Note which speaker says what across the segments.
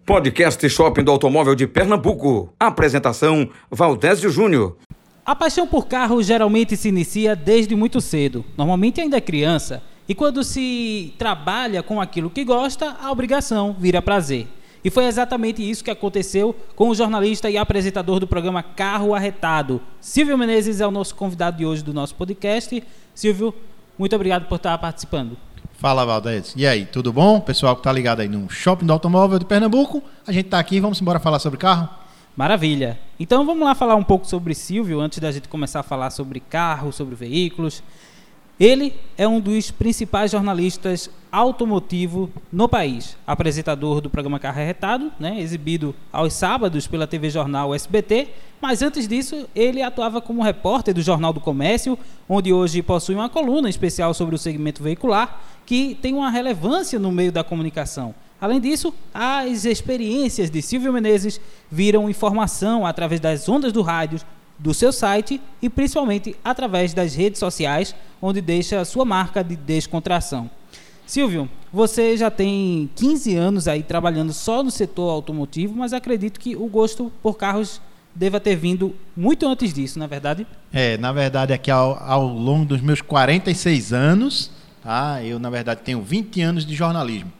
Speaker 1: Podcast Shopping do Automóvel de Pernambuco. Apresentação, Valdésio Júnior.
Speaker 2: A paixão por carro geralmente se inicia desde muito cedo, normalmente ainda é criança, e quando se trabalha com aquilo que gosta, a obrigação vira prazer. E foi exatamente isso que aconteceu com o jornalista e apresentador do programa Carro Arretado. Silvio Menezes é o nosso convidado de hoje do nosso podcast. Silvio, muito obrigado por estar participando.
Speaker 3: Fala, Valdez. E aí, tudo bom? Pessoal que está ligado aí no Shopping do Automóvel de Pernambuco, a gente está aqui, vamos embora falar sobre carro?
Speaker 2: Maravilha. Então vamos lá falar um pouco sobre Silvio, antes da gente começar a falar sobre carro, sobre veículos. Ele é um dos principais jornalistas automotivos no país, apresentador do programa Carro Arretado, exibido aos sábados pela TV Jornal SBT, mas antes disso ele atuava como repórter do Jornal do Comércio, onde hoje possui uma coluna especial sobre o segmento veicular, que tem uma relevância no meio da comunicação. Além disso, as experiências de Silvio Menezes viram informação através das ondas do rádio, do seu site e principalmente através das redes sociais, onde deixa a sua marca de descontração. Silvio, você já tem 15 anos aí trabalhando só no setor automotivo, mas acredito que o gosto por carros deva ter vindo muito antes disso, não é verdade?
Speaker 3: Na verdade, aqui ao longo dos meus 46 anos, tá? Eu, na verdade, tenho 20 anos de jornalismo.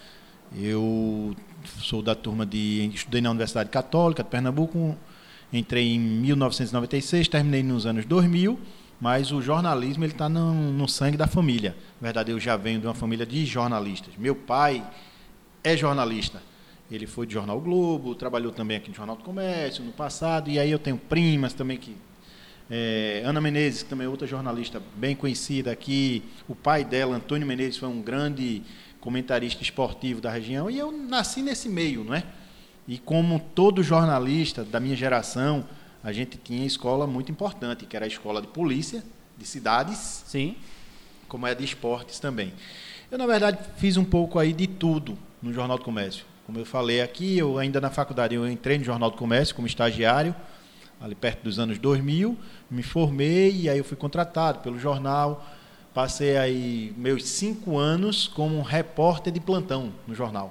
Speaker 3: Eu sou da turma estudei na Universidade Católica de Pernambuco, entrei em 1996, terminei nos anos 2000, mas o jornalismo ele está no sangue da família. Na verdade, eu já venho de uma família de jornalistas. Meu pai é jornalista. Ele foi de Jornal Globo, trabalhou também aqui no Jornal do Comércio no passado, e aí eu tenho primas também que... Ana Menezes, que também é outra jornalista bem conhecida aqui. O pai dela, Antônio Menezes, foi um grande comentarista esportivo da região, e eu nasci nesse meio, não é? E como todo jornalista da minha geração, a gente tinha escola muito importante, que era a escola de polícia, de cidades,
Speaker 2: sim,
Speaker 3: como é de esportes também. Eu, na verdade, fiz um pouco aí de tudo no Jornal do Comércio. Como eu falei aqui, eu ainda na faculdade, eu entrei no Jornal do Comércio como estagiário, ali perto dos anos 2000, me formei e aí eu fui contratado pelo jornal. Passei aí meus 5 anos como repórter de plantão no jornal.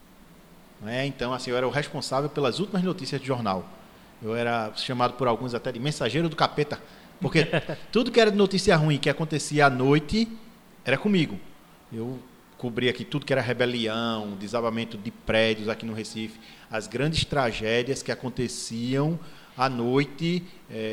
Speaker 3: Então, assim, eu era o responsável pelas últimas notícias do jornal. Eu era chamado por alguns até de mensageiro do capeta, porque tudo que era de notícia ruim que acontecia à noite era comigo. Eu cobria aqui tudo que era rebelião, desabamento de prédios aqui no Recife, as grandes tragédias que aconteciam à noite,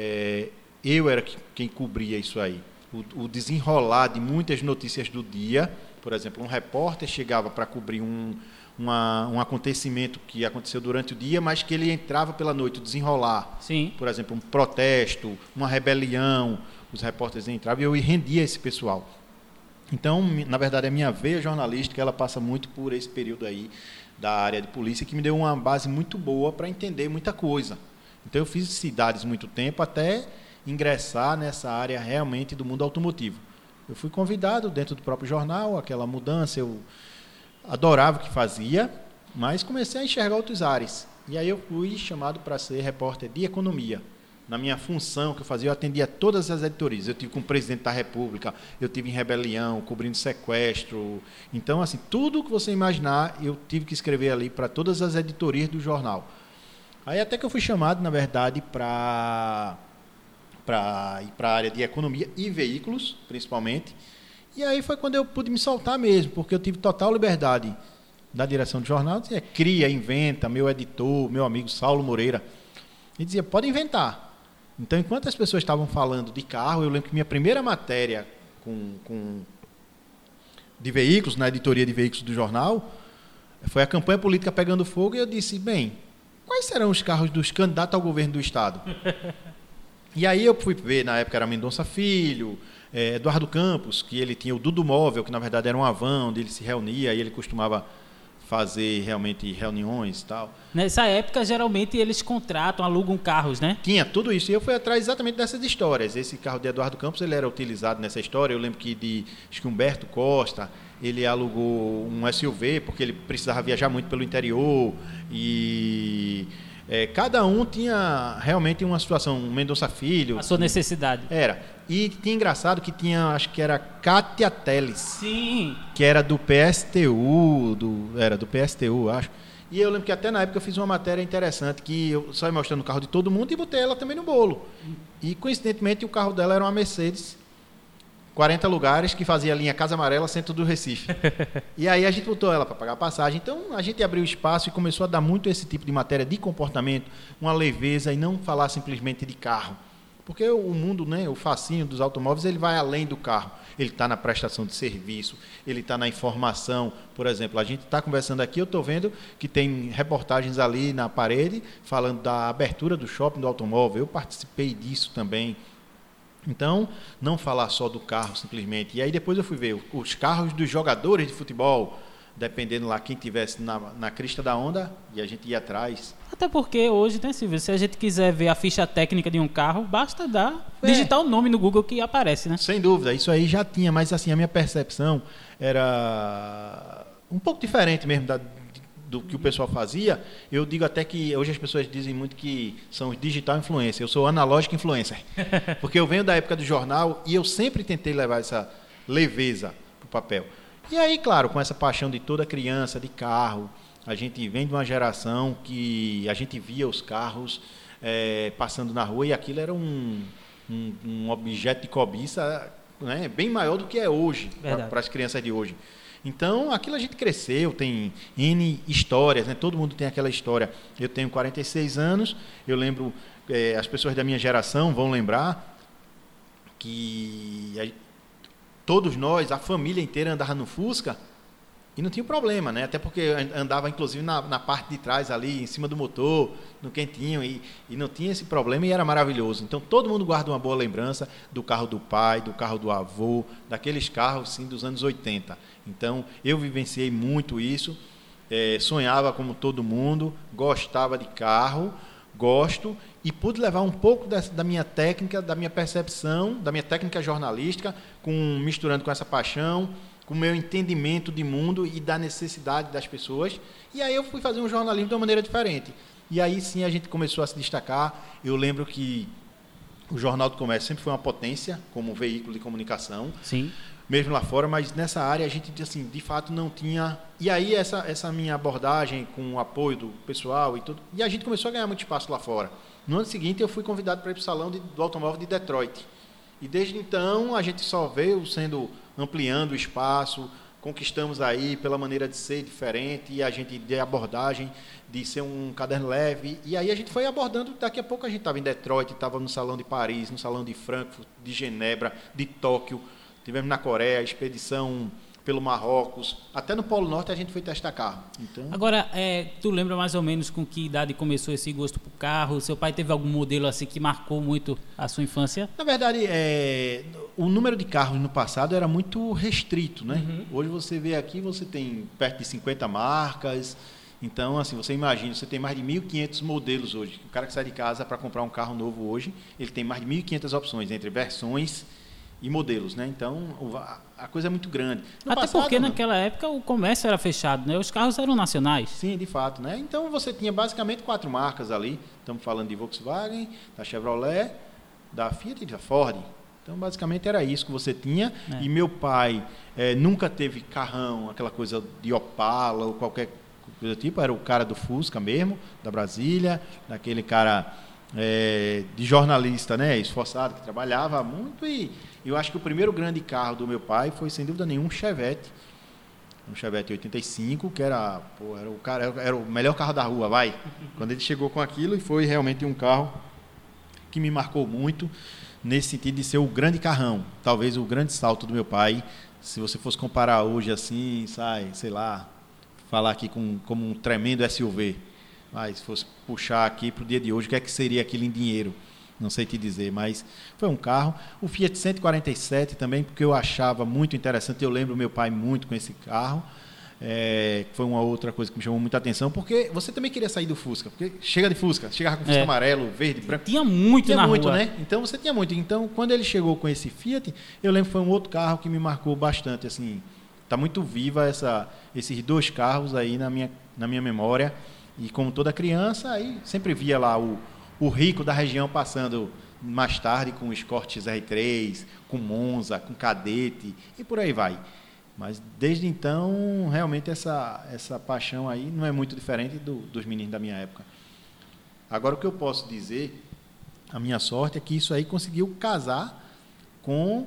Speaker 3: eu era quem cobria isso aí. O desenrolar de muitas notícias do dia, por exemplo, um repórter chegava para cobrir um acontecimento que aconteceu durante o dia, mas que ele entrava pela noite, o desenrolar.
Speaker 2: Sim.
Speaker 3: Por exemplo, um protesto, uma rebelião, os repórteres entravam e eu rendia esse pessoal. Então, na verdade, a minha veia jornalística ela passa muito por esse período aí da área de polícia, que me deu uma base muito boa para entender muita coisa. Então, eu fiz cidades muito tempo até ingressar nessa área realmente do mundo automotivo. Eu fui convidado dentro do próprio jornal, aquela mudança, eu adorava o que fazia, mas comecei a enxergar outros ares. E aí eu fui chamado para ser repórter de economia. Na minha função que eu fazia, eu atendia todas as editorias. Eu tive com o presidente da República, eu tive em rebelião, cobrindo sequestro. Então, assim, tudo que você imaginar, eu tive que escrever ali para todas as editorias do jornal. Aí até que eu fui chamado, na verdade, para ir para a área de economia e veículos, principalmente. E aí foi quando eu pude me soltar mesmo, porque eu tive total liberdade da direção do jornal. Dizia, cria, inventa, meu editor, meu amigo Saulo Moreira. Ele dizia, pode inventar. Então, enquanto as pessoas estavam falando de carro, eu lembro que minha primeira matéria de veículos, na editoria de veículos do jornal, foi a campanha política pegando fogo, e eu disse, bem, quais serão os carros dos candidatos ao governo do Estado? E aí eu fui ver, na época era Mendonça Filho, Eduardo Campos, que ele tinha o Dudu Móvel, que na verdade era uma van onde ele se reunia e ele costumava fazer realmente reuniões e tal.
Speaker 2: Nessa época, geralmente, eles contratam, alugam carros, né?
Speaker 3: Tinha tudo isso. E eu fui atrás exatamente dessas histórias. Esse carro de Eduardo Campos, ele era utilizado nessa história. Eu lembro que acho que Humberto Costa, ele alugou um SUV, porque ele precisava viajar muito pelo interior. E cada um tinha realmente uma situação. Um Mendonça Filho.
Speaker 2: A sua necessidade.
Speaker 3: Era. E tinha engraçado que tinha, acho que era Cátia Teles.
Speaker 2: Sim.
Speaker 3: Que era do PSTU, era do PSTU, acho. E eu lembro que até na época eu fiz uma matéria interessante, que eu só ia mostrando o carro de todo mundo e botei ela também no bolo. E, coincidentemente, o carro dela era uma Mercedes, 40 lugares, que fazia a linha Casa Amarela, centro do Recife. E aí a gente botou ela para pagar a passagem. Então, a gente abriu espaço e começou a dar muito esse tipo de matéria de comportamento, uma leveza, e não falar simplesmente de carro. Porque o mundo, né, o fascínio dos automóveis, ele vai além do carro. Ele está na prestação de serviço, ele está na informação. Por exemplo, a gente está conversando aqui, eu estou vendo que tem reportagens ali na parede falando da abertura do shopping do automóvel. Eu participei disso também. Então, não falar só do carro simplesmente. E aí depois eu fui ver os carros dos jogadores de futebol, dependendo lá quem tivesse na crista da onda, e a gente ia atrás.
Speaker 2: Até porque hoje, né, Silvio, se a gente quiser ver a ficha técnica de um carro, basta digitar o nome no Google que aparece, né?
Speaker 3: Sem dúvida, isso aí já tinha, mas assim, a minha percepção era um pouco diferente mesmo do que o pessoal fazia. Eu digo até que hoje as pessoas dizem muito que são digital influencer. Eu sou analógico influencer. Porque eu venho da época do jornal e eu sempre tentei levar essa leveza para o papel. E aí, claro, com essa paixão de toda criança, de carro, a gente vem de uma geração que a gente via os carros passando na rua e aquilo era um objeto de cobiça, né, bem maior do que é hoje, para as crianças de hoje. Então, aquilo a gente cresceu, tem N histórias, né? Todo mundo tem aquela história. Eu tenho 46 anos, eu lembro, as pessoas da minha geração vão lembrar que todos nós, a família inteira andava no Fusca e não tinha problema, né? Até porque andava, inclusive, na parte de trás ali, em cima do motor, no quentinho, e não tinha esse problema e era maravilhoso. Então, todo mundo guarda uma boa lembrança do carro do pai, do carro do avô, daqueles carros, sim, dos anos 80. Então, eu vivenciei muito isso, sonhava como todo mundo, gostava de carro, gosto, e pude levar um pouco da minha técnica, da minha percepção, da minha técnica jornalística, misturando com essa paixão, com o meu entendimento de mundo e da necessidade das pessoas. E aí eu fui fazer um jornalismo de uma maneira diferente. E aí sim a gente começou a se destacar. Eu lembro que o Jornal do Comércio sempre foi uma potência como veículo de comunicação.
Speaker 2: Sim.
Speaker 3: Mesmo lá fora, mas nessa área a gente, assim, de fato não tinha. E aí essa minha abordagem com o apoio do pessoal e tudo, e a gente começou a ganhar muito espaço lá fora. No ano seguinte eu fui convidado para ir para o Salão do Automóvel de Detroit. E desde então a gente só veio ampliando o espaço, conquistamos aí pela maneira de ser diferente, e a gente de abordagem, de ser um caderno leve, e aí a gente foi abordando. Daqui a pouco a gente estava em Detroit, estava no Salão de Paris, no Salão de Frankfurt, de Genebra, de Tóquio, tivemos na Coreia, expedição pelo Marrocos, até no Polo Norte a gente foi testar carro. Então...
Speaker 2: Agora, tu lembra mais ou menos com que idade começou esse gosto por carro? Seu pai teve algum modelo assim que marcou muito a sua infância?
Speaker 3: Na verdade, o número de carros no passado era muito restrito, né? Uhum. Hoje você vê aqui, você tem perto de 50 marcas. Então, assim, você imagina, você tem mais de 1.500 modelos hoje. O cara que sai de casa para comprar um carro novo hoje, ele tem mais de 1.500 opções entre versões e modelos, né? Então, a coisa é muito grande.
Speaker 2: Até porque naquela época o comércio era fechado, né? Os carros eram nacionais.
Speaker 3: Sim, de fato, né? Então, você tinha basicamente 4 marcas ali. Estamos falando de Volkswagen, da Chevrolet, da Fiat e da Ford. Então, basicamente, era isso que você tinha. E meu pai nunca teve carrão, aquela coisa de Opala ou qualquer coisa do tipo. Era o cara do Fusca mesmo, da Brasília, daquele cara... de jornalista, né, esforçado, que trabalhava muito. E eu acho que o primeiro grande carro do meu pai foi, sem dúvida nenhuma, um Chevette 85, que era o melhor carro da rua, vai. Quando ele chegou com aquilo, e foi realmente um carro que me marcou muito, nesse sentido de ser o grande carrão, talvez o grande salto do meu pai. Se você fosse comparar hoje assim, sei lá, falar aqui como um tremendo SUV. Mas se fosse puxar aqui para o dia de hoje, o que é que seria aquilo em dinheiro? Não sei te dizer, mas foi um carro. O Fiat 147 também, porque eu achava muito interessante. Eu lembro meu pai muito com esse carro. Foi uma outra coisa que me chamou muita atenção, porque você também queria sair do Fusca. Porque chegava com Fusca amarelo, verde, branco.
Speaker 2: Tinha muito na rua,
Speaker 3: né? Então você tinha muito. Então, quando ele chegou com esse Fiat, eu lembro que foi um outro carro que me marcou bastante. Assim, está muito viva esses 2 carros aí na minha memória. E como toda criança, aí sempre via lá o rico da região passando mais tarde com o Escort XR3, com Monza, com Cadete e por aí vai. Mas desde então, realmente essa paixão aí não é muito diferente dos meninos da minha época. Agora, o que eu posso dizer, a minha sorte é que isso aí conseguiu casar com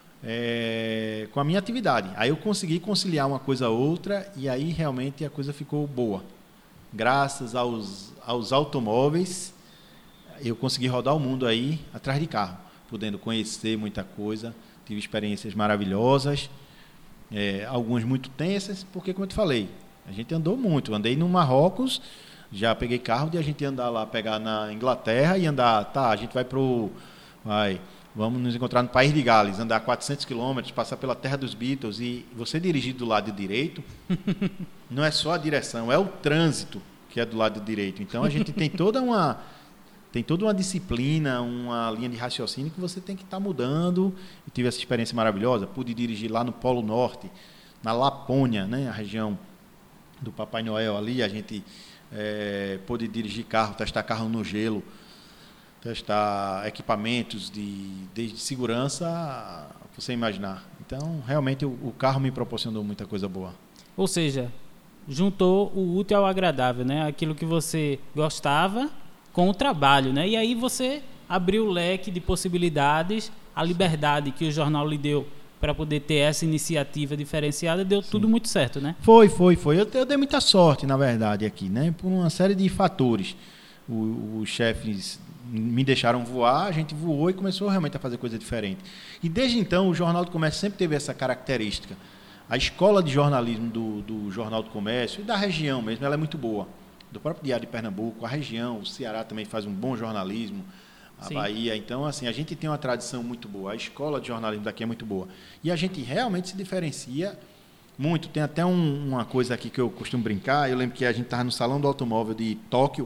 Speaker 3: a minha atividade. Aí eu consegui conciliar uma coisa a outra e aí realmente a coisa ficou boa. Graças aos automóveis, eu consegui rodar o mundo aí atrás de carro, podendo conhecer muita coisa, tive experiências maravilhosas, algumas muito tensas, porque, como eu te falei, a gente andou muito. Andei no Marrocos, já peguei carro de a gente andar lá, pegar na Inglaterra e andar, a gente vamos nos encontrar no País de Gales, andar 400 quilômetros, passar pela terra dos Beatles, e você dirigir do lado direito, não é só a direção, é o trânsito que é do lado direito. Então, a gente tem toda uma disciplina, uma linha de raciocínio que você tem que estar mudando. E tive essa experiência maravilhosa. Pude dirigir lá no Polo Norte, na Lapônia, né, a região do Papai Noel ali. A gente pôde dirigir carro, testar carro no gelo, testar equipamentos desde segurança, você imaginar. Então, realmente, o carro me proporcionou muita coisa boa.
Speaker 2: Ou seja, juntou o útil ao agradável, né? Aquilo que você gostava com o trabalho, né? E aí você abriu o leque de possibilidades, a liberdade que o jornal lhe deu para poder ter essa iniciativa diferenciada, deu tudo muito certo, né?
Speaker 3: Foi. Eu dei muita sorte, na verdade, aqui, né? Por uma série de fatores. Os chefes me deixaram voar, a gente voou e começou realmente a fazer coisa diferente. E desde então, o Jornal do Comércio sempre teve essa característica. A escola de jornalismo do Jornal do Comércio e da região mesmo, ela é muito boa. Do próprio Diário de Pernambuco, a região, o Ceará também faz um bom jornalismo, a Sim. Bahia. Então, assim, a gente tem uma tradição muito boa. A escola de jornalismo daqui é muito boa. E a gente realmente se diferencia muito. Tem até uma coisa aqui que eu costumo brincar. Eu lembro que a gente estava no Salão do Automóvel de Tóquio.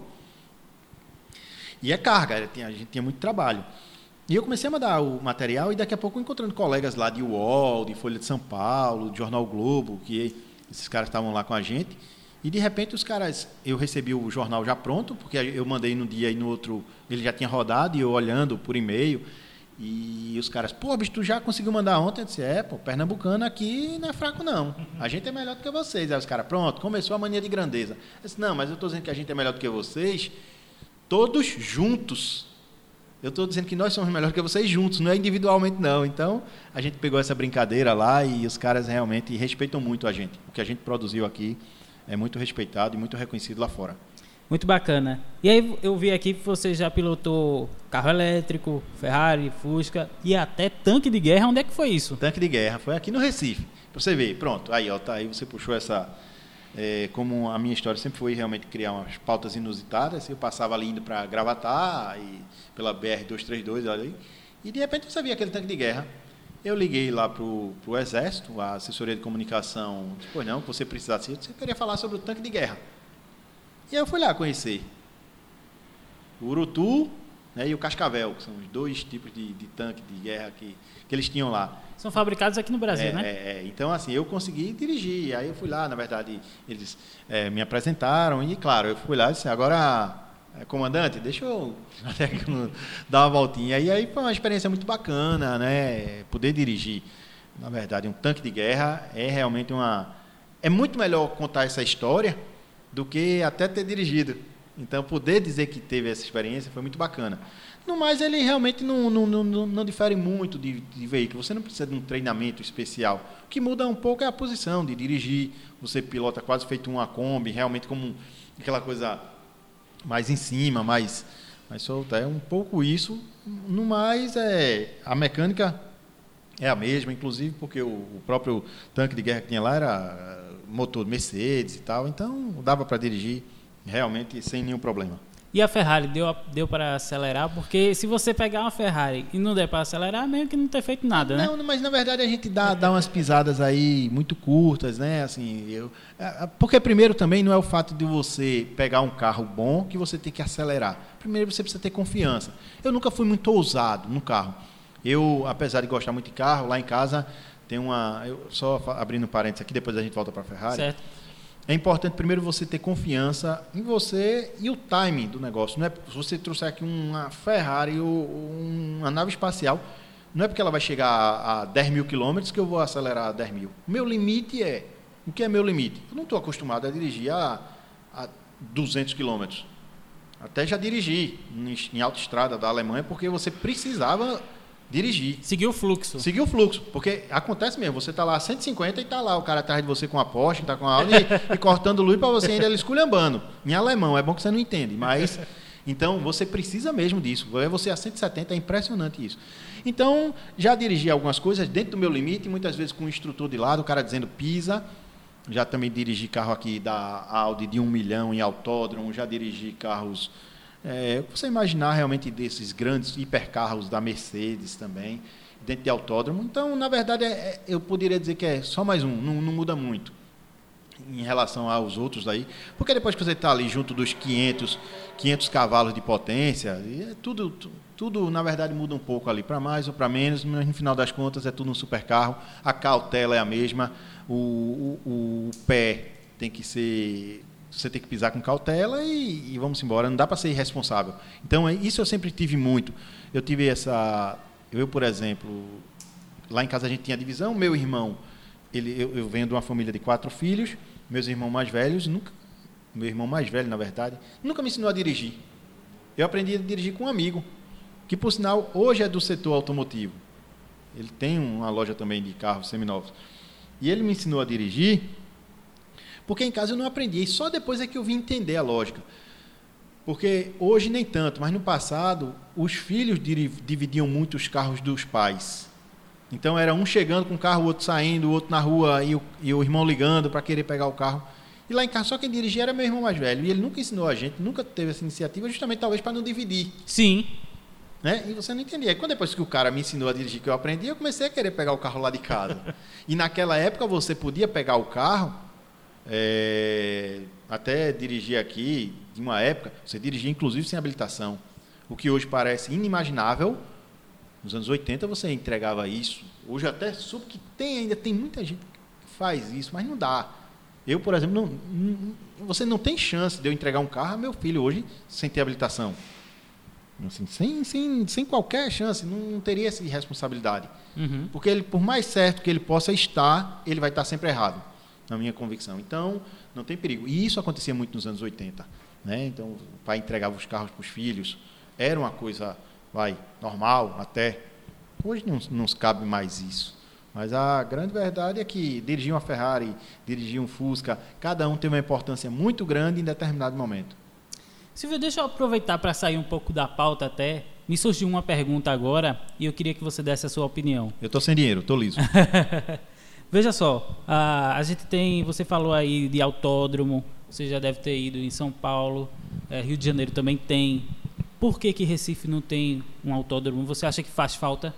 Speaker 3: E é carga, a gente tinha muito trabalho. E eu comecei a mandar o material e daqui a pouco encontrando colegas lá de UOL, de Folha de São Paulo, de Jornal Globo, que esses caras estavam lá com a gente. E, de repente, os caras... Eu recebi o jornal já pronto, porque eu mandei num dia e no outro ele já tinha rodado, e eu olhando por e-mail. E os caras, bicho, tu já conseguiu mandar ontem? Eu disse, pernambucano aqui não é fraco, não. A gente é melhor do que vocês. Aí os caras, pronto, começou a mania de grandeza. Eu disse, não, mas eu estou dizendo que a gente é melhor do que vocês, todos juntos. Eu estou dizendo que nós somos melhores que vocês juntos, não é individualmente, não. Então, a gente pegou essa brincadeira lá e os caras realmente respeitam muito a gente. O que a gente produziu aqui é muito respeitado e muito reconhecido lá fora.
Speaker 2: Muito bacana. E aí eu vi aqui que você já pilotou carro elétrico, Ferrari, Fusca e até tanque de guerra. Onde é que foi isso?
Speaker 3: Tanque de guerra foi aqui no Recife. Pra você ver, pronto. Aí, ó, tá aí você puxou essa... como a minha história sempre foi realmente criar umas pautas inusitadas. Eu passava ali indo para Gravatar, e pela BR-232 ali, e de repente você via aquele tanque de guerra. Eu liguei lá para o Exército, a assessoria de comunicação, disse, pois não, que você precisasse, você queria falar sobre o tanque de guerra. E aí eu fui lá conhecer o Urutu, né, e o Cascavel, que são os dois tipos de tanque de guerra que eles tinham lá.
Speaker 2: São fabricados aqui no Brasil, né?
Speaker 3: Então, assim, eu consegui dirigir. Aí eu fui lá, na verdade, eles me apresentaram e, claro, eu fui lá e disse, agora, comandante, deixa eu até dar uma voltinha. E aí foi uma experiência muito bacana, né? Poder dirigir, na verdade, um tanque de guerra é realmente é muito melhor contar essa história do que até ter dirigido. Então, poder dizer que teve essa experiência foi muito bacana. No mais, ele realmente não difere muito de veículo. Você não precisa de um treinamento especial. O que muda um pouco é a posição de dirigir. Você pilota quase feito uma Kombi, realmente como aquela coisa mais em cima, mais solta. É um pouco isso. No mais, a mecânica é a mesma, inclusive porque o próprio tanque de guerra que tinha lá era motor Mercedes e tal. Então, dava para dirigir realmente sem nenhum problema.
Speaker 2: E a Ferrari deu para acelerar? Porque se você pegar uma Ferrari e não der para acelerar, meio que não ter feito nada, né?
Speaker 3: Não, mas na verdade a gente dá umas pisadas aí muito curtas, né? Assim, porque primeiro também não é o fato de você pegar um carro bom que você tem que acelerar. Primeiro você precisa ter confiança. Eu nunca fui muito ousado no carro. Eu, apesar de gostar muito de carro, lá em casa tem só abrindo parênteses aqui, depois a gente volta para a Ferrari.
Speaker 2: Certo.
Speaker 3: É importante primeiro você ter confiança em você e o timing do negócio. Não é, se você trouxer aqui uma Ferrari ou uma nave espacial, Não é porque ela vai chegar a 10 mil quilômetros que eu vou acelerar a 10 mil. Meu limite é... O que é meu limite? Eu não estou acostumado a dirigir a 200 quilômetros. Até já dirigi em autoestrada da Alemanha, porque você precisava dirigir.
Speaker 2: Seguir o fluxo.
Speaker 3: Seguir o fluxo, porque acontece mesmo, você está lá a 150 e está lá o cara atrás de você com a Porsche, está com a Audi e cortando luz para você ainda ele esculhambando. Em alemão, é bom que você não entende, mas... Então, você precisa mesmo disso. Você a 170, é impressionante isso. Então, já dirigi algumas coisas dentro do meu limite, muitas vezes com o instrutor de lado, o cara dizendo pisa. Já também dirigi carro aqui da Audi de 1 milhão em autódromo, já dirigi carros... você imaginar realmente desses grandes hipercarros da Mercedes também, dentro de autódromo. Então, na verdade, eu poderia dizer que é só mais um, não muda muito em relação aos outros daí, porque depois que você está ali junto dos 500 cavalos de potência, tudo na verdade muda um pouco ali, para mais ou para menos, mas no final das contas é tudo um supercarro, a cautela é a mesma, o pé tem que ser... Você tem que pisar com cautela e vamos embora, não dá para ser irresponsável. Então, isso eu sempre tive muito. Eu tive eu, por exemplo, lá em casa a gente tinha divisão, meu irmão, eu venho de uma família de 4 filhos, meus irmãos mais velhos, meu irmão mais velho, na verdade, nunca me ensinou a dirigir. Eu aprendi a dirigir com um amigo, que, por sinal, hoje é do setor automotivo. Ele tem uma loja também de carros seminovos. E ele me ensinou a dirigir, porque em casa eu não aprendi, e só depois é que eu vim entender a lógica. Porque hoje nem tanto, mas no passado, os filhos dividiam muito os carros dos pais. Então, era um chegando com o carro, o outro saindo, o outro na rua, e o irmão ligando para querer pegar o carro. E lá em casa, só quem dirigia era meu irmão mais velho. E ele nunca ensinou a gente, nunca teve essa iniciativa, justamente talvez para não dividir.
Speaker 2: Sim.
Speaker 3: Né? E você não entendia. E quando depois que o cara me ensinou a dirigir, que eu aprendi, eu comecei a querer pegar o carro lá de casa. E naquela época, você podia pegar o carro, até dirigir aqui, de uma época, você dirigia inclusive sem habilitação. O que hoje parece inimaginável. Nos anos 80 você entregava isso. Hoje até soube que ainda tem muita gente que faz isso, mas não dá. Eu, por exemplo, você não tem chance de eu entregar um carro a meu filho hoje sem ter habilitação. Assim, sem qualquer chance, não teria essa responsabilidade.
Speaker 2: Uhum.
Speaker 3: Porque ele, por mais certo que ele possa estar, ele vai estar sempre errado, na minha convicção. Então, não tem perigo. E isso acontecia muito nos anos 80. Né? Então, o pai entregava os carros para os filhos. Era uma coisa... normal até. Hoje não se cabe mais isso. Mas a grande verdade é que dirigir uma Ferrari, dirigir um Fusca, cada um tem uma importância muito grande em determinado momento.
Speaker 2: Silvio, deixa eu aproveitar para sair um pouco da pauta até. Me surgiu uma pergunta agora e eu queria que você desse a sua opinião.
Speaker 3: Eu estou sem dinheiro, estou liso.
Speaker 2: Veja só, a gente tem, você falou aí de autódromo, você já deve ter ido em São Paulo, Rio de Janeiro também tem. Por que Recife não tem um autódromo? Você acha que faz falta?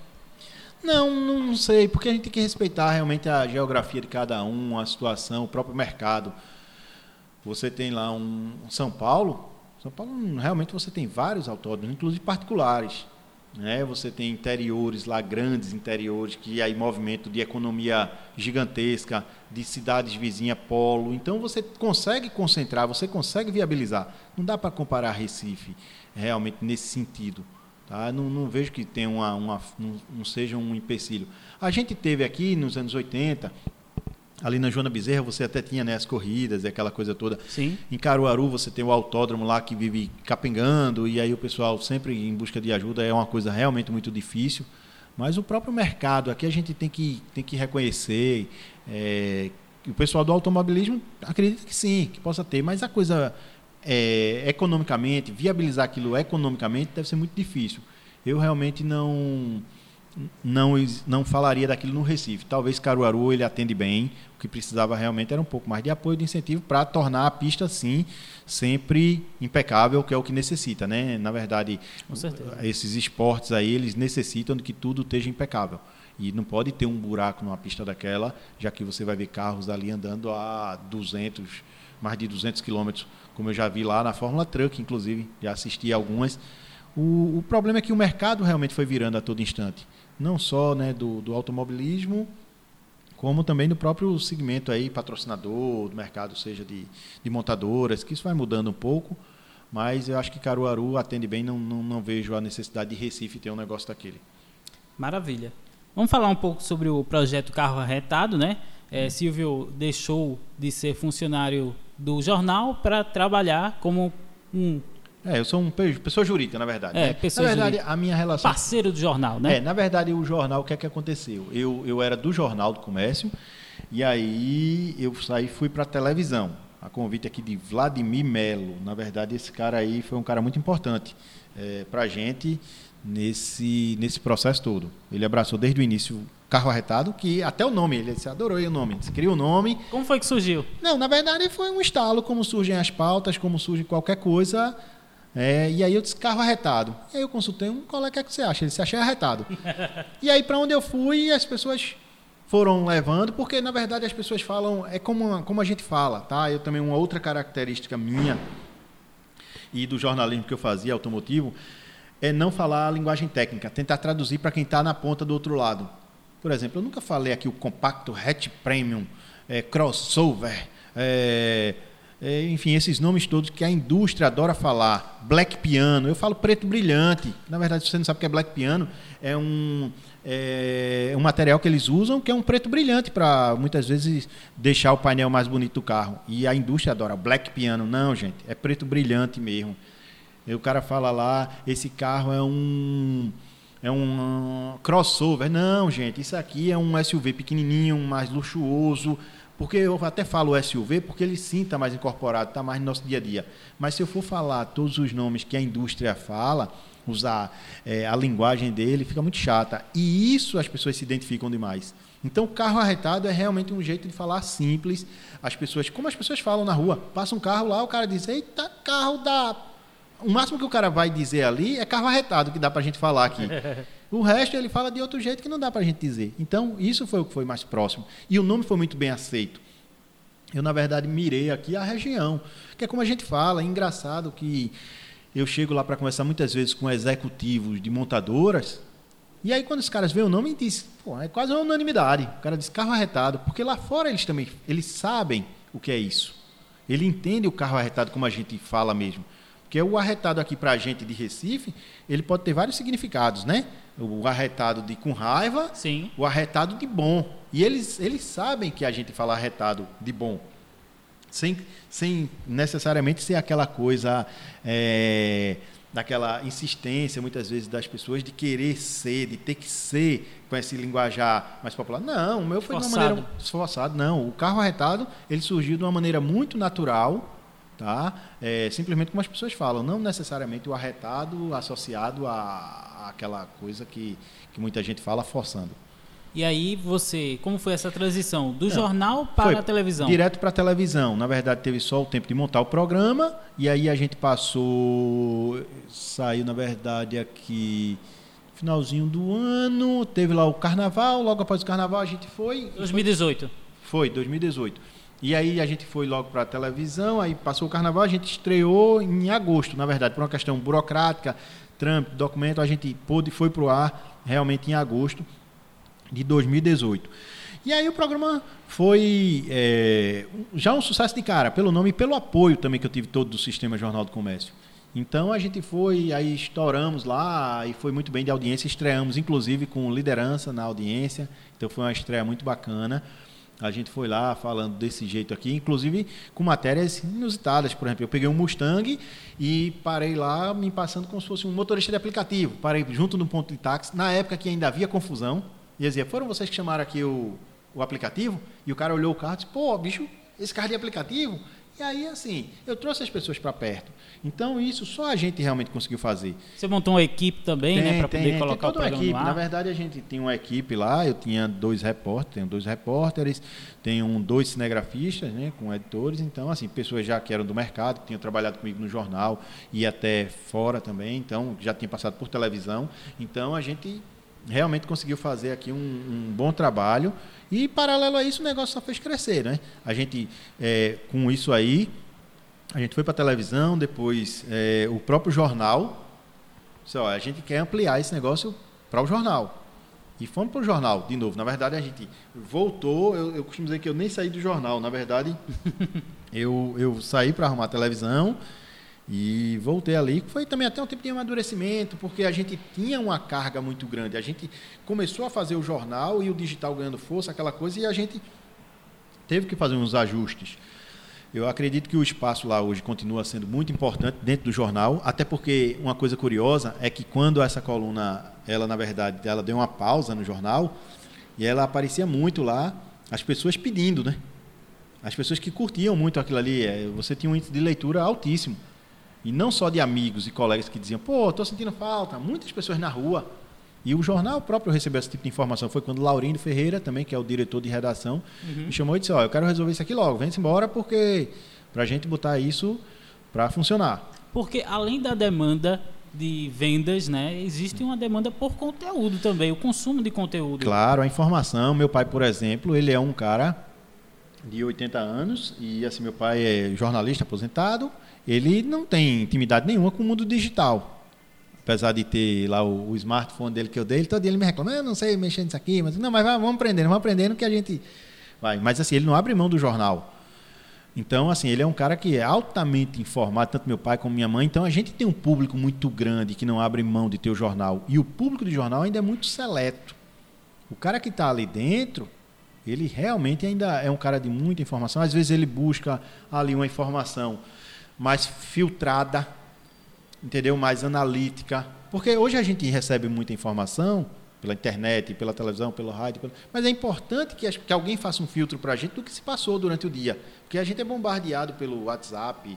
Speaker 3: Não sei, porque a gente tem que respeitar realmente a geografia de cada um, a situação, o próprio mercado. Você tem lá São Paulo realmente você tem vários autódromos, inclusive particulares. Né? Você tem interiores lá, grandes interiores, que aí movimento de economia gigantesca, de cidades vizinhas, polo. Então você consegue concentrar, você consegue viabilizar. Não dá para comparar Recife realmente nesse sentido. Tá? Não vejo que tenha não seja um empecilho. A gente teve aqui nos anos 80, ali na Joana Bezerra, você até tinha, né, as corridas e aquela coisa toda.
Speaker 2: Sim.
Speaker 3: Em Caruaru você tem o autódromo lá que vive capengando, e aí o pessoal sempre em busca de ajuda, é uma coisa realmente muito difícil. Mas o próprio mercado, aqui a gente tem que reconhecer, o pessoal do automobilismo acredita que sim, que possa ter, mas a coisa... economicamente, viabilizar aquilo economicamente deve ser muito difícil. Eu realmente não falaria daquilo no Recife. Talvez Caruaru ele atende bem, o que precisava realmente era um pouco mais de apoio, de incentivo para tornar a pista assim sempre impecável, que é o que necessita, né? Na verdade, esses esportes aí eles necessitam de que tudo esteja impecável. E não pode ter um buraco numa pista daquela, já que você vai ver carros ali andando a mais de 200 quilômetros, como eu já vi lá na Fórmula Truck, inclusive, já assisti a algumas. O problema é que o mercado realmente foi virando a todo instante, não só, né, do automobilismo, como também do próprio segmento aí, patrocinador do mercado, seja de montadoras, que isso vai mudando um pouco, mas eu acho que Caruaru atende bem, não vejo a necessidade de Recife ter um negócio daquele.
Speaker 2: Maravilha. Vamos falar um pouco sobre o projeto Carro Arretado, né? Silvio deixou de ser funcionário do jornal para trabalhar como
Speaker 3: eu sou uma pessoa jurídica, na verdade. Né?
Speaker 2: Pessoa
Speaker 3: na verdade,
Speaker 2: jurídica.
Speaker 3: A minha relação...
Speaker 2: Parceiro do jornal, né?
Speaker 3: Na verdade, o jornal, o que é que aconteceu? Eu era do Jornal do Comércio, e aí eu fui para a televisão. A convite aqui de Vladimir Melo. Na verdade, esse cara aí foi um cara muito importante para a gente nesse processo todo. Ele abraçou desde o início Carro Arretado, que até o nome, ele adorou o nome, você criou o nome.
Speaker 2: Como foi que surgiu?
Speaker 3: Não, na verdade foi um estalo, como surgem as pautas, como surge qualquer coisa. E aí eu disse Carro Arretado. E aí eu consultei um colega, o que você acha? Ele se achei arretado. E aí para onde eu fui, as pessoas foram levando, porque na verdade as pessoas falam, como a gente fala, tá? Eu também, uma outra característica minha e do jornalismo que eu fazia, automotivo, é não falar a linguagem técnica, tentar traduzir para quem está na ponta do outro lado. Por exemplo, eu nunca falei aqui o compacto, hatch premium, crossover, enfim, esses nomes todos que a indústria adora falar. Black piano, eu falo preto brilhante. Na verdade, se você não sabe o que é black piano, é um material que eles usam, que é um preto brilhante para, muitas vezes, deixar o painel mais bonito do carro. E a indústria adora black piano. Não, gente, é preto brilhante mesmo. E o cara fala lá, esse carro é um crossover. Não, gente, isso aqui é um SUV pequenininho, mais luxuoso. Porque eu até falo SUV porque ele sim está mais incorporado, está mais no nosso dia a dia. Mas se eu for falar todos os nomes que a indústria fala, usar a linguagem dele, fica muito chata. E isso as pessoas se identificam demais. Então, o carro arretado é realmente um jeito de falar simples. Como as pessoas falam na rua, passa um carro lá, o cara diz, eita, carro da... O máximo que o cara vai dizer ali é carro arretado, que dá para a gente falar aqui. O resto ele fala de outro jeito que não dá para a gente dizer. Então, isso foi o que foi mais próximo. E o nome foi muito bem aceito. Eu, na verdade, mirei aqui a região, que é como a gente fala. É engraçado que eu chego lá para conversar muitas vezes com executivos de montadoras, e aí quando os caras veem o nome, dizem, é quase uma unanimidade. O cara diz carro arretado, porque lá fora eles sabem o que é isso. Ele entende o carro arretado como a gente fala mesmo. Porque o arretado aqui para a gente de Recife, ele pode ter vários significados, né? O arretado de com raiva,
Speaker 2: sim. O
Speaker 3: arretado de bom. E eles sabem que a gente fala arretado de bom. Sem necessariamente ser aquela coisa, daquela insistência, muitas vezes, das pessoas de querer ser, de ter que ser com esse linguajar mais popular. Não, o meu foi de uma maneira esforçada. Não, o carro arretado, ele surgiu de uma maneira muito natural, tá? Simplesmente como as pessoas falam, não necessariamente o arretado associado àquela coisa que muita gente fala forçando.
Speaker 2: E aí como foi essa transição do jornal para a televisão?
Speaker 3: Direto para a televisão. Na verdade, teve só o tempo de montar o programa, e aí a gente saiu, na verdade, aqui finalzinho do ano, teve lá o carnaval, logo após o carnaval a gente foi...
Speaker 2: 2018.
Speaker 3: Foi, 2018. E aí a gente foi logo para a televisão, aí passou o carnaval, a gente estreou em agosto, na verdade, por uma questão burocrática, trâmite, documento, a gente foi para o ar realmente em agosto de 2018. E aí o programa foi já um sucesso de cara, pelo nome e pelo apoio também que eu tive todo do Sistema Jornal do Comércio. Então a gente foi, aí estouramos lá e foi muito bem de audiência, estreamos inclusive com liderança na audiência, então foi uma estreia muito bacana. A gente foi lá falando desse jeito aqui, inclusive com matérias inusitadas. Por exemplo, eu peguei um Mustang e parei lá me passando como se fosse um motorista de aplicativo. Parei junto no ponto de táxi, na época que ainda havia confusão. E eu dizia, foram vocês que chamaram aqui o aplicativo? E o cara olhou o carro e disse, pô, bicho, esse carro de aplicativo? E aí, assim, eu trouxe as pessoas para perto. Então, isso só a gente realmente conseguiu fazer.
Speaker 2: Você montou uma equipe também, né, para poder colocar o programa
Speaker 3: equipe.
Speaker 2: no ar?
Speaker 3: Na verdade, a gente tem uma equipe lá, eu tinha tenho dois repórteres, tenho 2 cinegrafistas, né, com editores. Então, assim, pessoas já que eram do mercado, que tinham trabalhado comigo no jornal e até fora também, então, já tinha passado por televisão. Então, a gente realmente conseguiu fazer aqui um bom trabalho. E, paralelo a isso, o negócio só fez crescer, né? A gente, com isso aí, a gente foi para a televisão, depois o próprio jornal. A gente quer ampliar esse negócio para o jornal. E fomos para o jornal, de novo. Na verdade, a gente voltou. Eu costumo dizer que eu nem saí do jornal. Na verdade, eu saí para arrumar a televisão E voltei ali, foi também até um tempo de amadurecimento, porque a gente tinha uma carga muito grande. A gente começou a fazer o jornal e o digital ganhando força, aquela coisa, e a gente teve que fazer uns ajustes. Eu acredito que o espaço lá hoje continua sendo muito importante dentro do jornal, até porque uma coisa curiosa é que quando essa coluna, ela na verdade, ela deu uma pausa no jornal, e ela aparecia muito lá, as pessoas pedindo, né? As pessoas que curtiam muito aquilo ali, você tinha um índice de leitura altíssimo. E não só de amigos e colegas que diziam, pô, estou sentindo falta, muitas pessoas na rua. E o jornal próprio recebeu esse tipo de informação. Foi quando Laurindo Ferreira, também, que é o diretor de redação, me chamou e disse, eu quero resolver isso aqui logo, vem-se embora, porque para a gente botar isso para funcionar.
Speaker 2: Porque além da demanda de vendas, né, existe uma demanda por conteúdo também, o consumo de conteúdo.
Speaker 3: Claro, a informação. Meu pai, por exemplo, ele é um cara de 80 anos e assim, meu pai é jornalista aposentado, ele não tem intimidade nenhuma com o mundo digital. Apesar de ter lá o smartphone dele que eu dei, todo dia ele me reclama, eu não sei mexer nisso aqui, mas não, mas vamos aprendendo que a gente vai. Mas assim, ele não abre mão do jornal. Então, assim, ele é um cara que é altamente informado, tanto meu pai como minha mãe. Então, a gente tem um público muito grande que não abre mão de ter o jornal. E o público de jornal ainda é muito seleto. O cara que está ali dentro, ele realmente ainda é um cara de muita informação. Às vezes ele busca ali uma informação mais filtrada, entendeu? Mais analítica. Porque hoje a gente recebe muita informação pela internet, pela televisão, pelo rádio, mas é importante que alguém faça um filtro para a gente do que se passou durante o dia. Porque a gente é bombardeado pelo WhatsApp,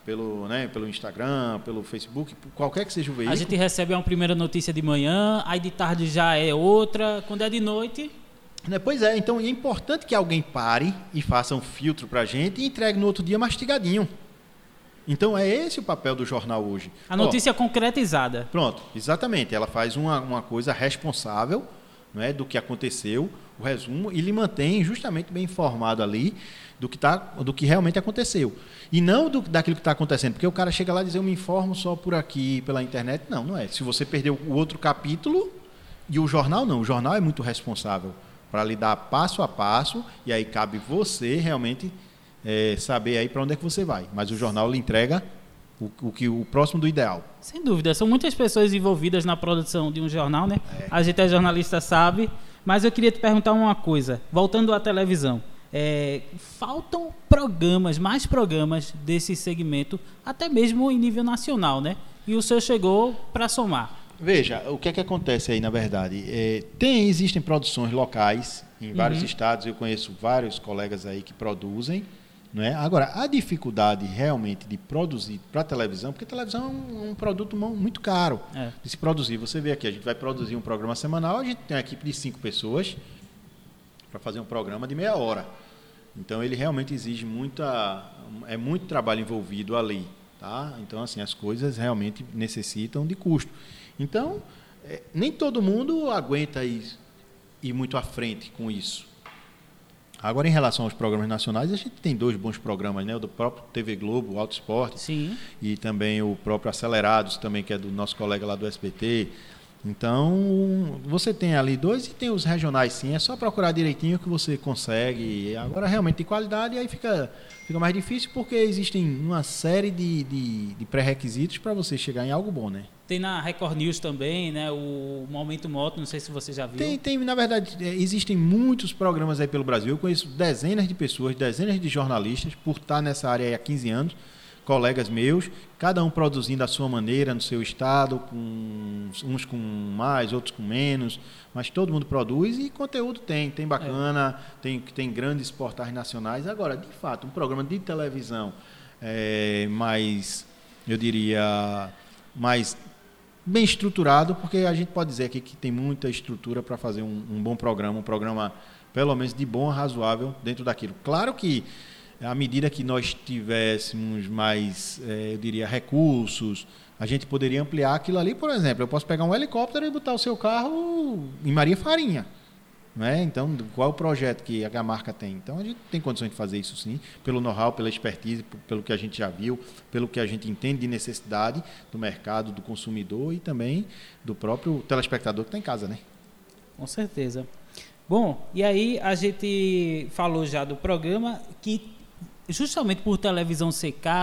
Speaker 3: pelo Instagram, pelo Facebook, qualquer que seja o veículo.
Speaker 2: A gente recebe uma primeira notícia de manhã, aí de tarde já é outra, quando é de noite...
Speaker 3: Pois é, então é importante que alguém pare e faça um filtro para a gente e entregue no outro dia mastigadinho. Então é esse o papel do jornal hoje.
Speaker 2: A notícia concretizada.
Speaker 3: Pronto, exatamente. Ela faz uma coisa responsável, não é, do que aconteceu, o resumo, e lhe mantém justamente bem informado ali do que realmente aconteceu. E não daquilo que está acontecendo. Porque o cara chega lá e diz, eu me informo só por aqui, pela internet. Não é. Se você perdeu o outro capítulo, e o jornal não. O jornal é muito responsável para lhe dar passo a passo, e aí cabe você realmente saber aí para onde é que você vai. Mas o jornal lhe entrega o próximo do ideal.
Speaker 2: Sem dúvida, são muitas pessoas envolvidas na produção de um jornal, né? A gente é jornalista, sabe, mas eu queria te perguntar uma coisa, voltando à televisão. Faltam mais programas desse segmento, até mesmo em nível nacional, né? E o senhor chegou para somar.
Speaker 3: Veja, o que é que acontece aí, na verdade? Existem produções locais em vários estados, eu conheço vários colegas aí que produzem, não é? Agora, a dificuldade realmente de produzir para televisão, porque a televisão é um produto muito caro de se produzir. Você vê aqui, a gente vai produzir um programa semanal, a gente tem uma equipe de 5 pessoas para fazer um programa de meia hora. Então, ele realmente exige muito trabalho envolvido ali. Tá? Então, assim, as coisas realmente necessitam de custo. Então, nem todo mundo aguenta ir muito à frente com isso. Agora, em relação aos programas nacionais, a gente tem 2 bons programas, né? O do próprio TV Globo, o Auto Esporte,
Speaker 2: sim,
Speaker 3: e também o próprio Acelerados, também, que é do nosso colega lá do SBT. Então, você tem ali 2 e tem os regionais, sim. É só procurar direitinho que você consegue. Agora, realmente, de qualidade, aí fica mais difícil porque existem uma série de pré-requisitos para você chegar em algo bom, né?
Speaker 2: Tem na Record News também, né? O Momento Moto, não sei se você já viu.
Speaker 3: Tem, na verdade, existem muitos programas aí pelo Brasil. Eu conheço dezenas de pessoas, dezenas de jornalistas, por estar nessa área aí há 15 anos, colegas meus, cada um produzindo à sua maneira, no seu estado, uns com mais, outros com menos, mas todo mundo produz e conteúdo tem bacana, tem grandes portais nacionais. Agora, de fato, um programa de televisão mais, eu diria, mais bem estruturado, porque a gente pode dizer aqui que tem muita estrutura para fazer um bom programa, um programa pelo menos de bom a razoável dentro daquilo. Claro que à medida que nós tivéssemos mais, eu diria, recursos, a gente poderia ampliar aquilo ali. Por exemplo, eu posso pegar um helicóptero e botar o seu carro em Maria Farinha. Não é? Então, qual é o projeto que a marca tem? Então, a gente tem condições de fazer isso sim, pelo know-how, pela expertise, pelo que a gente já viu, pelo que a gente entende de necessidade do mercado, do consumidor e também do próprio telespectador que está em casa, né?
Speaker 2: Com certeza. Bom, e aí a gente falou já do programa que, justamente por televisão ser caro,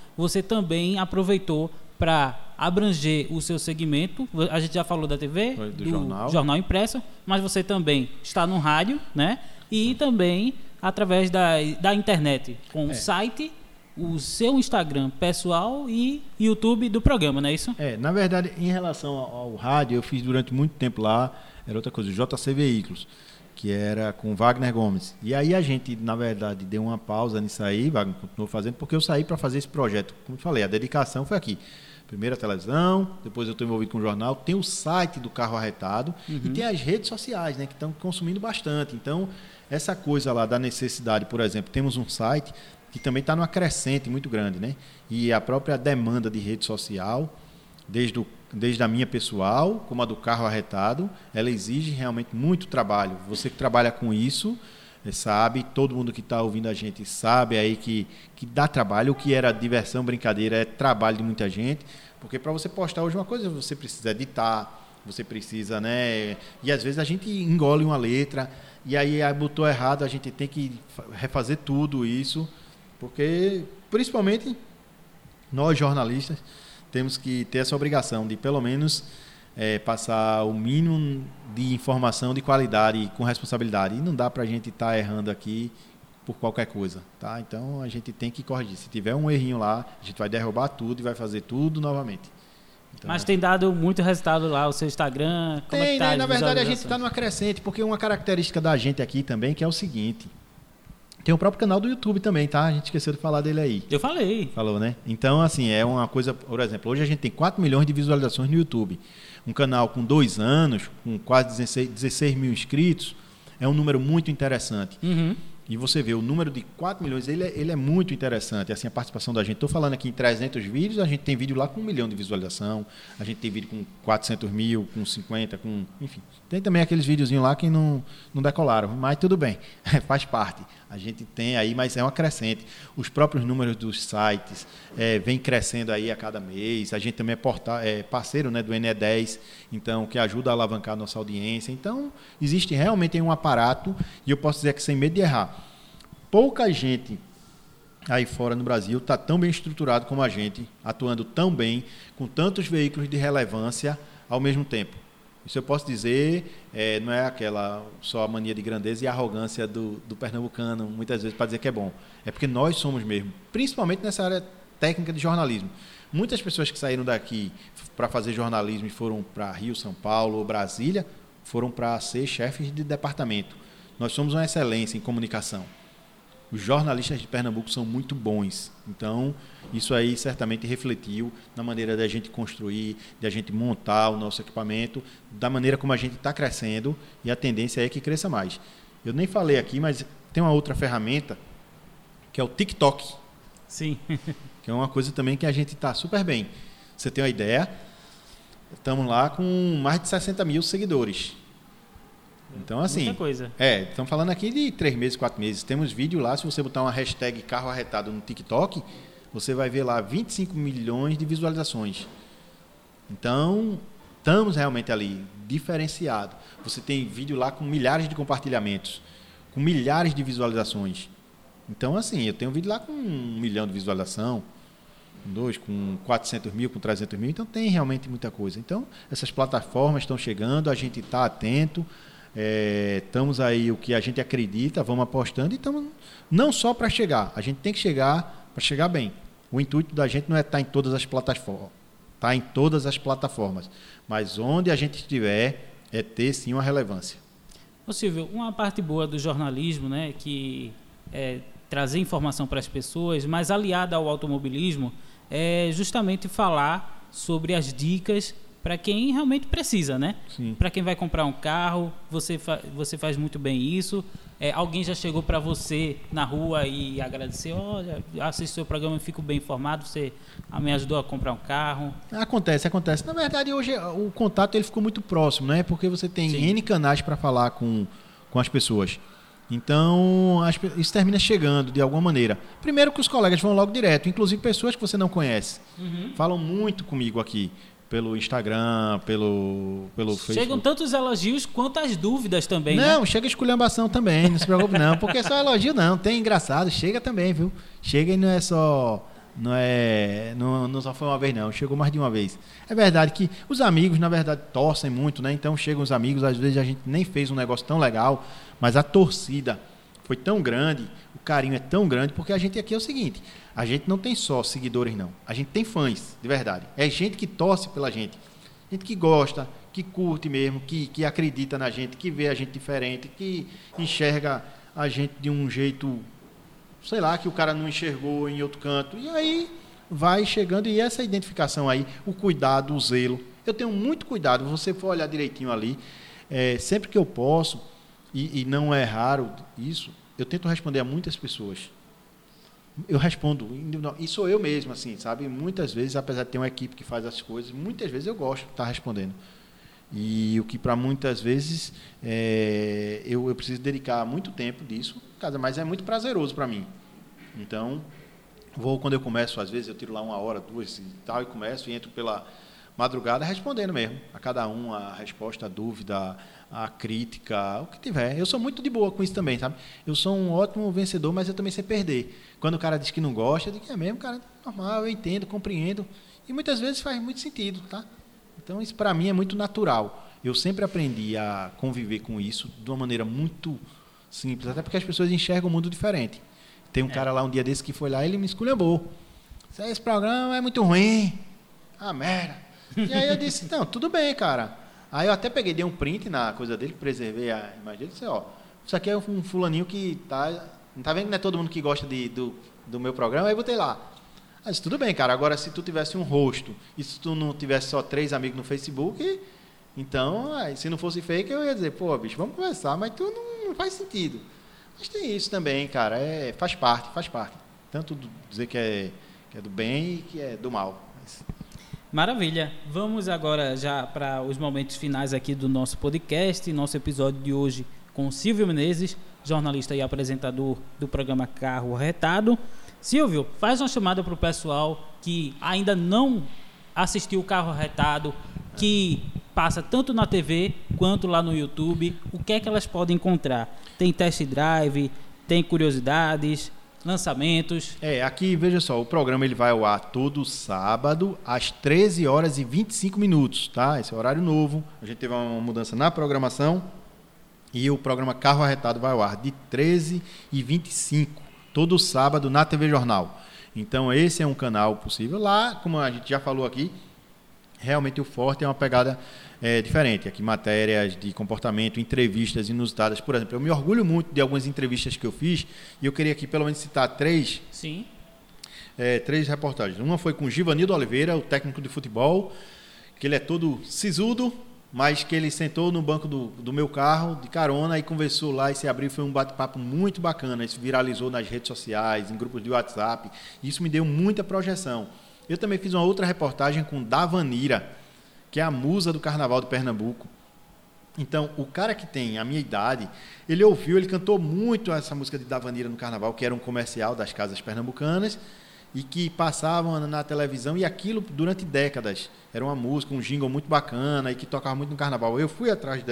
Speaker 2: você também aproveitou para abranger o seu segmento. A gente já falou da TV,
Speaker 3: do
Speaker 2: jornal impresso, mas você também está no rádio, né? E também através da internet, com o site, o seu Instagram pessoal e YouTube do programa, não é isso?
Speaker 3: Na verdade, em relação ao rádio, eu fiz durante muito tempo lá, era outra coisa, o JC Veículos, que era com Wagner Gomes. E aí a gente, na verdade, deu uma pausa nisso aí, Wagner continuou fazendo, porque eu saí para fazer esse projeto. Como eu falei, a dedicação foi aqui. Primeiro a televisão, depois eu estou envolvido com o jornal, tem o site do Carro Arretado e tem as redes sociais, né, que estão consumindo bastante. Então, essa coisa lá da necessidade, por exemplo, temos um site que também está numa crescente muito grande, né? E a própria demanda de rede social, desde a minha pessoal, como a do Carro Arretado, ela exige realmente muito trabalho. Você que trabalha com isso, sabe, todo mundo que está ouvindo a gente sabe aí que dá trabalho. O que era diversão, brincadeira, é trabalho de muita gente, porque para você postar hoje uma coisa, você precisa editar, você precisa, né? E às vezes a gente engole uma letra, e aí botou errado, a gente tem que refazer tudo isso, porque principalmente nós jornalistas temos que ter essa obrigação de pelo menos passar o mínimo de informação de qualidade e com responsabilidade. E não dá para a gente estar errando aqui por qualquer coisa, tá? Então a gente tem que corrigir. Se tiver um errinho lá, a gente vai derrubar tudo e vai fazer tudo novamente. Então,
Speaker 2: mas tem dado muito resultado lá, o seu Instagram? Como
Speaker 3: tem,
Speaker 2: é que tá,
Speaker 3: né? Na verdade, a gente está numa crescente, porque uma característica da gente aqui também, que é o seguinte: tem o próprio canal do YouTube também, tá? A gente esqueceu de falar dele aí.
Speaker 2: Eu falei.
Speaker 3: Falou, né? Então, assim, é uma coisa... Por exemplo, hoje a gente tem 4 milhões de visualizações no YouTube. Um canal com 2 anos, com quase 16 mil inscritos, é um número muito interessante. E você vê, o número de 4 milhões, ele é muito interessante, assim, a participação da gente. Estou falando aqui em 300 vídeos, a gente tem vídeo lá com 1 milhão de visualização, a gente tem vídeo com 400 mil, com 50, com... Enfim, tem também aqueles videozinhos lá que não decolaram, mas tudo bem, faz parte. A gente tem aí, mas é uma crescente. Os próprios números dos sites vem crescendo aí a cada mês. A gente também é parceiro, né, do NE10, então, que ajuda a alavancar a nossa audiência. Então, existe realmente um aparato, e eu posso dizer que sem medo de errar, pouca gente aí fora no Brasil está tão bem estruturado como a gente, atuando tão bem, com tantos veículos de relevância ao mesmo tempo. Isso eu posso dizer, não é aquela só a mania de grandeza e arrogância do pernambucano, muitas vezes, para dizer que é bom. É porque nós somos mesmo, principalmente nessa área técnica de jornalismo. Muitas pessoas que saíram daqui para fazer jornalismo e foram para Rio, São Paulo ou Brasília, foram para ser chefes de departamento. Nós somos uma excelência em comunicação. Os jornalistas de Pernambuco são muito bons. Então, isso aí certamente refletiu na maneira da gente construir, de a gente montar o nosso equipamento, da maneira como a gente está crescendo, e a tendência é que cresça mais. Eu nem falei aqui, mas tem uma outra ferramenta, que é o TikTok.
Speaker 2: Sim.
Speaker 3: Que é uma coisa também que a gente está super bem. Você tem uma ideia? Estamos lá com mais de 60 mil seguidores. Então, assim,
Speaker 2: muita coisa.
Speaker 3: Estamos falando aqui de 3 meses, 4 meses. Temos vídeo lá, se você botar uma hashtag Carro Arretado no TikTok, você vai ver lá 25 milhões de visualizações. Então, estamos realmente ali, diferenciado. Você tem vídeo lá com milhares de compartilhamentos, com milhares de visualizações. Então, assim, eu tenho vídeo lá com 1 milhão de visualização, com 400 mil, com 300 mil. Então, tem realmente muita coisa. Então, essas plataformas estão chegando, a gente está atento. Estamos aí, o que a gente acredita, vamos apostando, e estamos não só para chegar, a gente tem que chegar para chegar bem. O intuito da gente não é estar em todas as plataformas, tá em todas as plataformas, mas onde a gente estiver é ter sim uma relevância.
Speaker 2: Ô Silvio, uma parte boa do jornalismo, né, que é trazer informação para as pessoas, mas aliada ao automobilismo, é justamente falar sobre as dicas para quem realmente precisa, né? Para quem vai comprar um carro, você faz muito bem isso. Alguém já chegou para você na rua e agradeceu: olha, assisto seu programa e fico bem informado, você me ajudou a comprar um carro. Acontece.
Speaker 3: Na verdade, hoje o contato ele ficou muito próximo, né? Porque você tem N canais para falar com as pessoas. Então, isso termina chegando de alguma maneira. Primeiro que os colegas vão logo direto, inclusive pessoas que você não conhece. Falam muito comigo aqui. Pelo Instagram, pelo Facebook.
Speaker 2: Chegam tantos elogios quanto as dúvidas também,
Speaker 3: não,
Speaker 2: né?
Speaker 3: Chega esculhambação também, não se preocupe não, porque só elogio não, tem engraçado, chega também, viu? Chega e não é só Não só foi uma vez, não. Chegou mais de uma vez. É verdade que os amigos, na verdade, torcem muito, né? Então chegam os amigos, às vezes a gente nem fez um negócio tão legal, mas a torcida foi tão grande, o carinho é tão grande, porque a gente aqui é o seguinte, a gente não tem só seguidores, não. A gente tem fãs, de verdade. É gente que torce pela gente. Gente que gosta, que curte mesmo, que acredita na gente, que vê a gente diferente, que enxerga a gente de um jeito, sei lá, que o cara não enxergou em outro canto. E aí vai chegando, e essa identificação aí, o cuidado, o zelo. Eu tenho muito cuidado, se você for olhar direitinho ali, sempre que eu posso, e não é raro isso, eu tento responder a muitas pessoas. Eu respondo, e sou eu mesmo, assim, sabe? Muitas vezes, apesar de ter uma equipe que faz as coisas, muitas vezes eu gosto de estar respondendo. E o que para muitas vezes eu preciso dedicar muito tempo disso, mas é muito prazeroso para mim. Então, quando eu começo, às vezes eu tiro lá 1 hora, 2 e tal, e começo e entro pela madrugada respondendo mesmo, a cada um a resposta, a dúvida, a crítica, o que tiver. Eu sou muito de boa com isso também, sabe? Eu sou um ótimo vencedor, mas eu também sei perder. Quando o cara diz que não gosta, eu digo que é mesmo, cara, normal, eu entendo, compreendo. E muitas vezes faz muito sentido, tá? Então, isso para mim é muito natural. Eu sempre aprendi a conviver com isso de uma maneira muito simples, até porque as pessoas enxergam o mundo diferente. Tem um cara lá um dia desse que foi lá e ele me esculhambou. Esse programa é muito ruim. Ah, merda. E aí eu disse, não, tudo bem, cara. Aí eu até peguei, dei um print na coisa dele, preservei a imagem dele e disse, ó, isso aqui é um fulaninho que não tá vendo que não é todo mundo que gosta do meu programa, aí botei lá. Aí disse, tudo bem, cara, agora se tu tivesse um rosto e se tu não tivesse só 3 amigos no Facebook, então, se não fosse fake, eu ia dizer, pô, bicho, vamos conversar, mas tu não faz sentido. Mas tem isso também, cara, faz parte. Tanto dizer que é do bem e que é do mal.
Speaker 2: Maravilha. Vamos agora já para os momentos finais aqui do nosso podcast, nosso episódio de hoje com Silvio Menezes, jornalista e apresentador do programa Carro Retado. Silvio, faz uma chamada para o pessoal que ainda não assistiu o Carro Retado, que passa tanto na TV quanto lá no YouTube. O que é que elas podem encontrar? Tem test drive, tem curiosidades, lançamentos.
Speaker 3: Aqui, veja só, o programa ele vai ao ar todo sábado às 13 horas e 25 minutos, tá? Esse é o horário novo. A gente teve uma mudança na programação e o programa Carro Arretado vai ao ar de 13 e 25, todo sábado na TV Jornal. Então, esse é um canal possível. Lá, como a gente já falou aqui, realmente o forte é uma pegada diferente. Aqui, matérias de comportamento, entrevistas inusitadas. Por exemplo, eu me orgulho muito de algumas entrevistas que eu fiz e eu queria aqui pelo menos citar 3.
Speaker 2: Sim.
Speaker 3: 3 reportagens. Uma foi com Givanildo Oliveira, o técnico de futebol, que ele é todo sisudo, mas que ele sentou no banco do meu carro, de carona, e conversou lá e se abriu. Foi um bate-papo muito bacana. Isso viralizou nas redes sociais, em grupos de WhatsApp. Isso me deu muita projeção. Eu também fiz uma outra reportagem com Davanira, que é a musa do Carnaval de Pernambuco. Então, o cara que tem a minha idade, ele cantou muito essa música de Davanira no Carnaval, que era um comercial das casas pernambucanas, e que passavam na televisão, e aquilo durante décadas. Era uma música, um jingle muito bacana, e que tocava muito no Carnaval. Eu fui atrás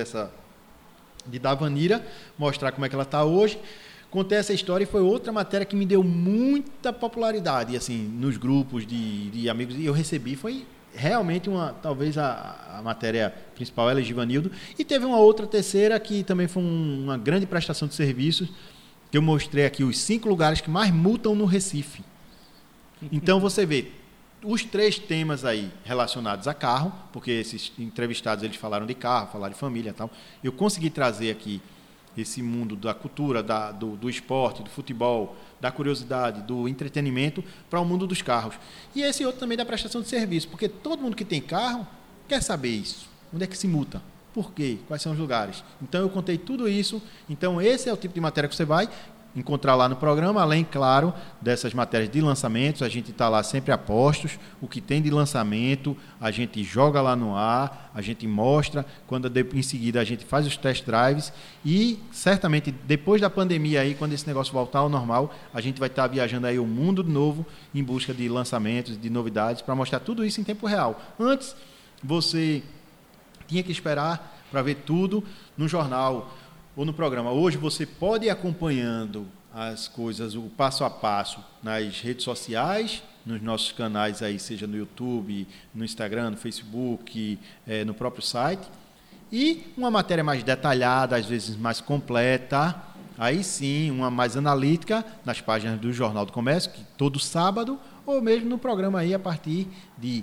Speaker 3: de Davanira, mostrar como é que ela está hoje. Contei essa história e foi outra matéria que me deu muita popularidade, assim, nos grupos de amigos, e eu recebi, foi realmente talvez a matéria principal, ela é Givanildo, e teve uma outra terceira que também foi uma grande prestação de serviços, que eu mostrei aqui os 5 lugares que mais multam no Recife. Então você vê os 3 temas aí relacionados a carro, porque esses entrevistados eles falaram de carro, falaram de família e tal. Eu consegui trazer aqui esse mundo da cultura, do esporte, do futebol, da curiosidade, do entretenimento para o mundo dos carros. E esse outro também da prestação de serviço, porque todo mundo que tem carro quer saber isso. Onde é que se multa? Por quê? Quais são os lugares? Então eu contei tudo isso. Então esse é o tipo de matéria que você vai encontrar lá no programa, além, claro, dessas matérias de lançamentos. A gente está lá sempre a postos, o que tem de lançamento, a gente joga lá no ar, a gente mostra, em seguida a gente faz os test drives e, certamente, depois da pandemia, aí, quando esse negócio voltar ao normal, a gente vai estar viajando aí o mundo de novo em busca de lançamentos, de novidades, para mostrar tudo isso em tempo real. Antes, você tinha que esperar para ver tudo no jornal ou no programa. Hoje você pode ir acompanhando as coisas, o passo a passo, nas redes sociais, nos nossos canais aí, seja no YouTube, no Instagram, no Facebook, no próprio site. E uma matéria mais detalhada, às vezes mais completa, aí sim, uma mais analítica, nas páginas do Jornal do Comércio, que todo sábado, ou mesmo no programa aí a partir de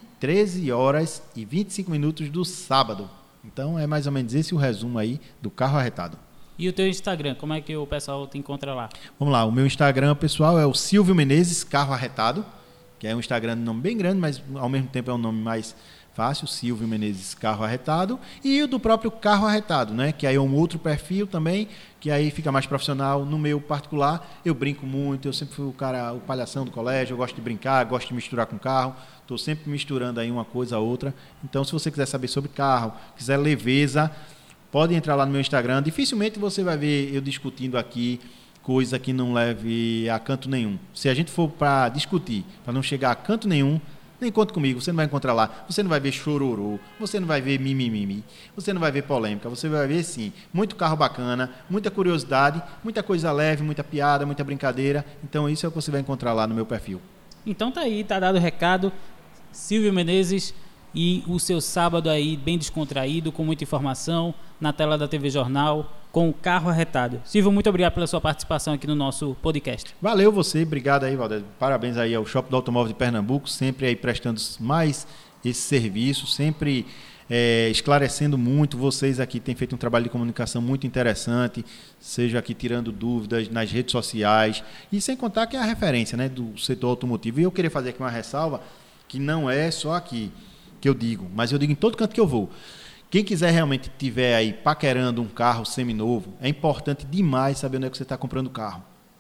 Speaker 3: 13h25 do sábado. Então é mais ou menos esse o resumo aí do Carro Arretado.
Speaker 2: E o teu Instagram, como é que o pessoal te encontra lá?
Speaker 3: Vamos lá, o meu Instagram, pessoal, é o Silvio Menezes Carro Arretado, que é um Instagram de nome bem grande, mas ao mesmo tempo é um nome mais fácil, Silvio Menezes Carro Arretado, e o do próprio Carro Arretado, né? Que aí é um outro perfil também, que aí fica mais profissional. No meu particular, eu brinco muito, eu sempre fui o palhação do colégio, eu gosto de brincar, gosto de misturar com carro, estou sempre misturando aí uma coisa a outra. Então, se você quiser saber sobre carro, quiser leveza, pode entrar lá no meu Instagram. Dificilmente você vai ver eu discutindo aqui coisa que não leve a canto nenhum. Se a gente for para discutir, para não chegar a canto nenhum, nem conta comigo, você não vai encontrar lá, você não vai ver chororô, você não vai ver mimimi, você não vai ver polêmica, você vai ver sim, muito carro bacana, muita curiosidade, muita coisa leve, muita piada, muita brincadeira. Então isso é o que você vai encontrar lá no meu perfil.
Speaker 2: Então tá aí, tá dado o recado, Silvio Menezes, e o seu sábado aí bem descontraído, com muita informação, na tela da TV Jornal, com o Carro Arretado. Silvio, muito obrigado pela sua participação aqui no nosso podcast.
Speaker 3: Valeu você, obrigado aí, Valdir. Parabéns aí ao Shopping do Automóvel de Pernambuco, sempre aí prestando mais esse serviço, sempre esclarecendo muito. Vocês aqui têm feito um trabalho de comunicação muito interessante, seja aqui tirando dúvidas nas redes sociais, e sem contar que é a referência, né, do setor automotivo. E eu queria fazer aqui uma ressalva, que não é só aqui que eu digo, mas eu digo em todo canto que eu vou. Quem quiser realmente estiver aí paquerando um carro seminovo, é importante demais saber onde é que você está comprando o carro.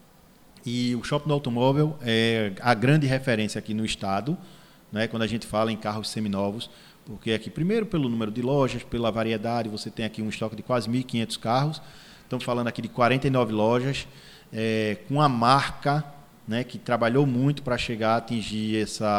Speaker 3: E o Shopping do Automóvel é a grande referência aqui no estado, né, quando a gente fala em carros seminovos, porque aqui, primeiro, pelo número de lojas, pela variedade, você tem aqui um estoque de quase 1.500 carros. Estamos falando aqui de 49 lojas, com a marca, né, que trabalhou muito para chegar a atingir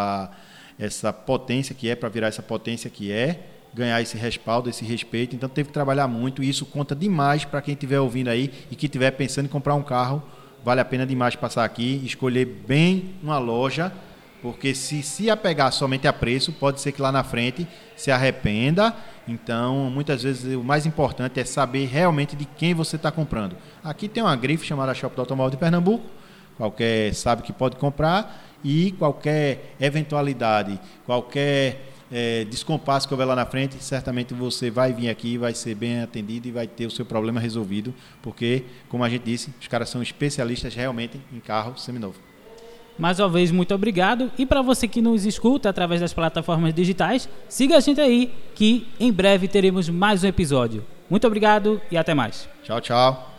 Speaker 3: essa potência que é, para virar essa potência que é, ganhar esse respaldo, esse respeito. Então teve que trabalhar muito, e isso conta demais para quem estiver ouvindo aí e que estiver pensando em comprar um carro. Vale a pena demais passar aqui, escolher bem uma loja, porque se apegar somente a preço, pode ser que lá na frente se arrependa. Então, muitas vezes, o mais importante é saber realmente de quem você está comprando. Aqui tem uma grife chamada Shopping do Automóvel de Pernambuco, qualquer sabe que pode comprar, e qualquer eventualidade, qualquer descompasso que houver lá na frente, certamente você vai vir aqui, vai ser bem atendido e vai ter o seu problema resolvido, porque, como a gente disse, os caras são especialistas realmente em carro seminovo.
Speaker 2: Mais uma vez, muito obrigado. E para você que nos escuta através das plataformas digitais, siga a gente aí, que em breve teremos mais um episódio. Muito obrigado e até mais.
Speaker 3: Tchau, tchau.